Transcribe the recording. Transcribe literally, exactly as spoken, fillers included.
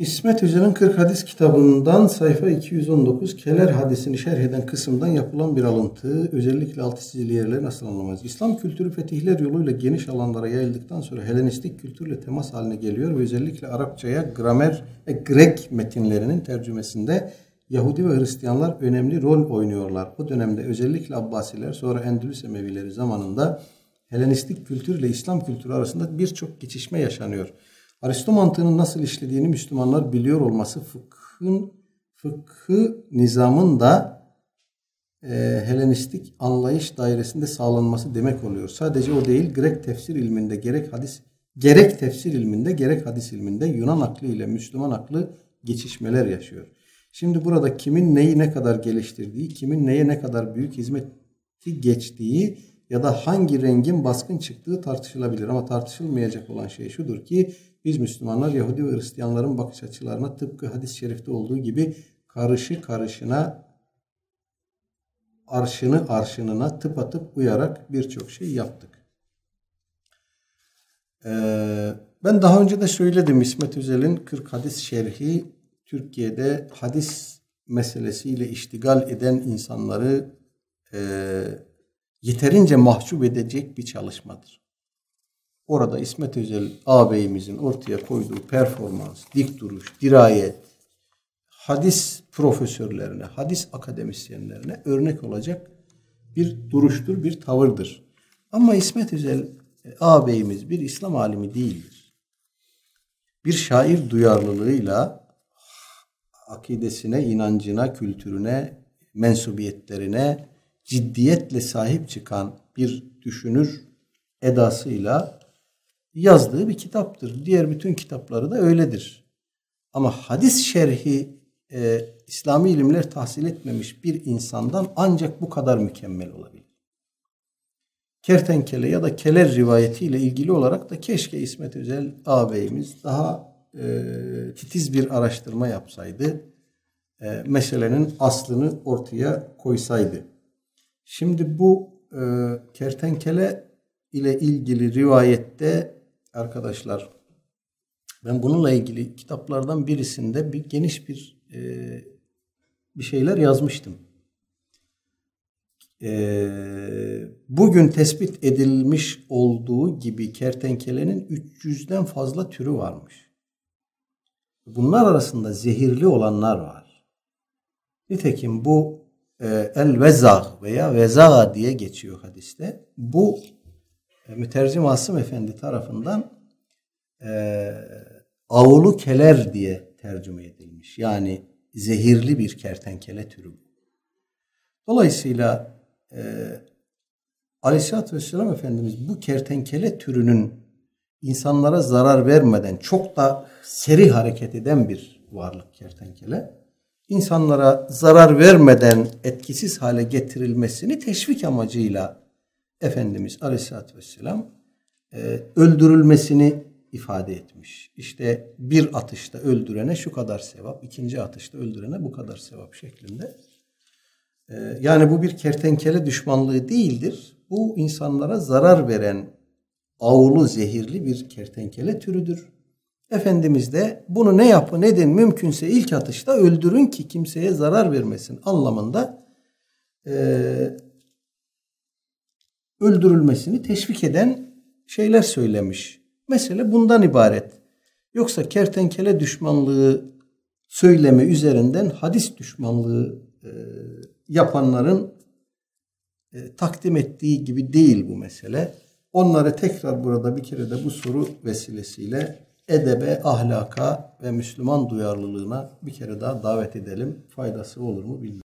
İsmet Özel'in kırk Hadis kitabından sayfa iki yüz on dokuz Keler hadisini şerh eden kısımdan yapılan bir alıntı. Özellikle altı çizili yerleri nasıl anlamayız? İslam kültürü fetihler yoluyla geniş alanlara yayıldıktan sonra Helenistik kültürle temas haline geliyor ve özellikle Arapçaya gramer ve Grek metinlerinin tercümesinde Yahudi ve Hristiyanlar önemli rol oynuyorlar. O dönemde özellikle Abbasiler, sonra Endülüs Emevileri zamanında Helenistik kültür ile İslam kültürü arasında birçok geçişme yaşanıyor. Aristo mantığının nasıl işlediğini Müslümanlar biliyor olması fıkhın, fıkhı nizamın da e, Helenistik anlayış dairesinde sağlanması demek oluyor. Sadece o değil, Grek tefsir ilminde gerek hadis gerek tefsir ilminde gerek hadis ilminde Yunan aklı ile Müslüman aklı geçişmeler yaşıyor. Şimdi burada kimin neyi ne kadar geliştirdiği, kimin neye ne kadar büyük hizmeti geçtiği ya da hangi rengin baskın çıktığı tartışılabilir. Ama tartışılmayacak olan şey şudur ki biz Müslümanlar Yahudi ve Hristiyanların bakış açılarına tıpkı hadis-i şerifte olduğu gibi karışı karışına, arşını arşınına tıpatıp uyarak birçok şey yaptık. Ee, ben daha önce de söyledim, İsmet Özel'in kırk Hadis şerhi Türkiye'de hadis meselesiyle iştigal eden insanları e, yeterince mahcup edecek bir çalışmadır. Orada İsmet Özel ağabeyimizin ortaya koyduğu performans, dik duruş, dirayet, hadis profesörlerine, hadis akademisyenlerine örnek olacak bir duruştur, bir tavırdır. Ama İsmet Özel ağabeyimiz bir İslam alimi değildir. Bir şair duyarlılığıyla akidesine, inancına, kültürüne, mensubiyetlerine ciddiyetle sahip çıkan bir düşünür edasıyla yazdığı bir kitaptır. Diğer bütün kitapları da öyledir. Ama hadis şerhi e, İslami ilimler tahsil etmemiş bir insandan ancak bu kadar mükemmel olabilir. Kertenkele ya da Keler rivayetiyle ilgili olarak da keşke İsmet Özel ağabeyimiz daha e, titiz bir araştırma yapsaydı. E, meselenin aslını ortaya koysaydı. Şimdi bu e, kertenkele ile ilgili rivayette arkadaşlar, ben bununla ilgili kitaplardan birisinde bir geniş bir e, bir şeyler yazmıştım. E, bugün tespit edilmiş olduğu gibi kertenkelenin üç yüzden fazla türü varmış. Bunlar arasında zehirli olanlar var. Nitekim bu e, el-vezag veya vezaga diye geçiyor hadiste. Bu e, Mütercim Asım Efendi tarafından e, avulu keler diye tercüme edilmiş. Yani zehirli bir kertenkele türü. Dolayısıyla e, Aleyhisselatü Vesselam Efendimiz bu kertenkele türünün insanlara zarar vermeden çok da seri hareket eden bir varlık kertenkele, İnsanlara zarar vermeden etkisiz hale getirilmesini teşvik amacıyla Efendimiz Aleyhisselatü Vesselam e, öldürülmesini ifade etmiş. İşte bir atışta öldürene şu kadar sevap, ikinci atışta öldürene bu kadar sevap şeklinde. E, yani bu bir kertenkele düşmanlığı değildir. Bu insanlara zarar veren avulu zehirli bir kertenkele türüdür. Efendimiz de bunu ne yapın edin mümkünse ilk atışta öldürün ki kimseye zarar vermesin anlamında e, öldürülmesini teşvik eden şeyler söylemiş. Mesele bundan ibaret. Yoksa kertenkele düşmanlığı söylemi üzerinden hadis düşmanlığı e, yapanların e, takdim ettiği gibi değil bu mesele. Onları tekrar burada bir kere de bu soru vesilesiyle edebe, ahlaka ve Müslüman duyarlılığına bir kere daha davet edelim. Faydası olur mu bilmiyorum.